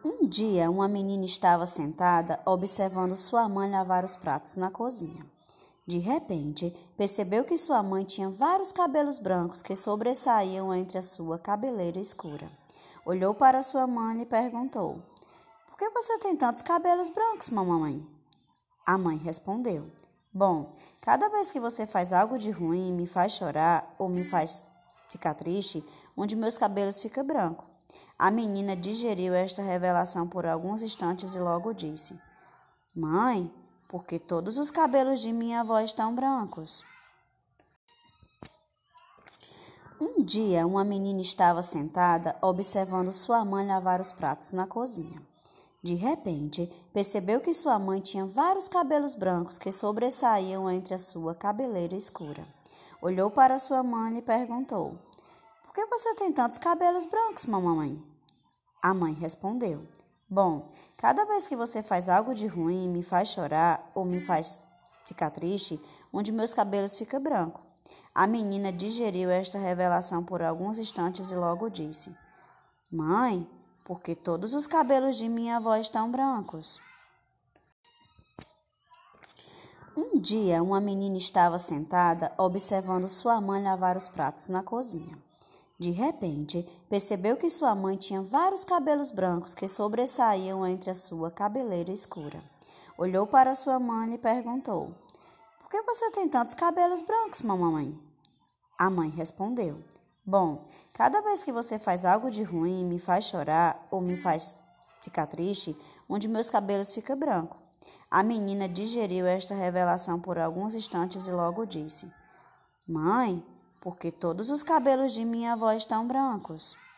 Um dia, uma menina estava sentada observando sua mãe lavar os pratos na cozinha. De repente, percebeu que sua mãe tinha vários cabelos brancos que sobressaíam entre a sua cabeleira escura. Olhou para sua mãe e perguntou: "Por que você tem tantos cabelos brancos, mamãe?" A mãe respondeu: "Bom, cada vez que você faz algo de ruim, me faz chorar ou me faz ficar triste, um de meus cabelos fica branco." A menina digeriu esta revelação por alguns instantes e logo disse: "Mãe, porque todos os cabelos de minha avó estão brancos." Um dia, uma menina estava sentada observando sua mãe lavar os pratos na cozinha. De repente, percebeu que sua mãe tinha vários cabelos brancos que sobressaíam entre a sua cabeleira escura. Olhou para sua mãe e perguntou: "Por que você tem tantos cabelos brancos, mamãe?" A mãe respondeu: "Bom, cada vez que você faz algo de ruim, me faz chorar ou me faz ficar triste, um de meus cabelos fica branco." A menina digeriu esta revelação por alguns instantes e logo disse: "Mãe, porque todos os cabelos de minha avó estão brancos." Um dia, uma menina estava sentada observando sua mãe lavar os pratos na cozinha. De repente, percebeu que sua mãe tinha vários cabelos brancos que sobressaíam entre a sua cabeleira escura. Olhou para sua mãe e perguntou: "Por que você tem tantos cabelos brancos, mamãe?" A mãe respondeu: "Bom, cada vez que você faz algo de ruim, me faz chorar ou me faz ficar triste, um de meus cabelos fica branco." A menina digeriu esta revelação por alguns instantes e logo disse: "Mãe, porque todos os cabelos de minha avó estão brancos."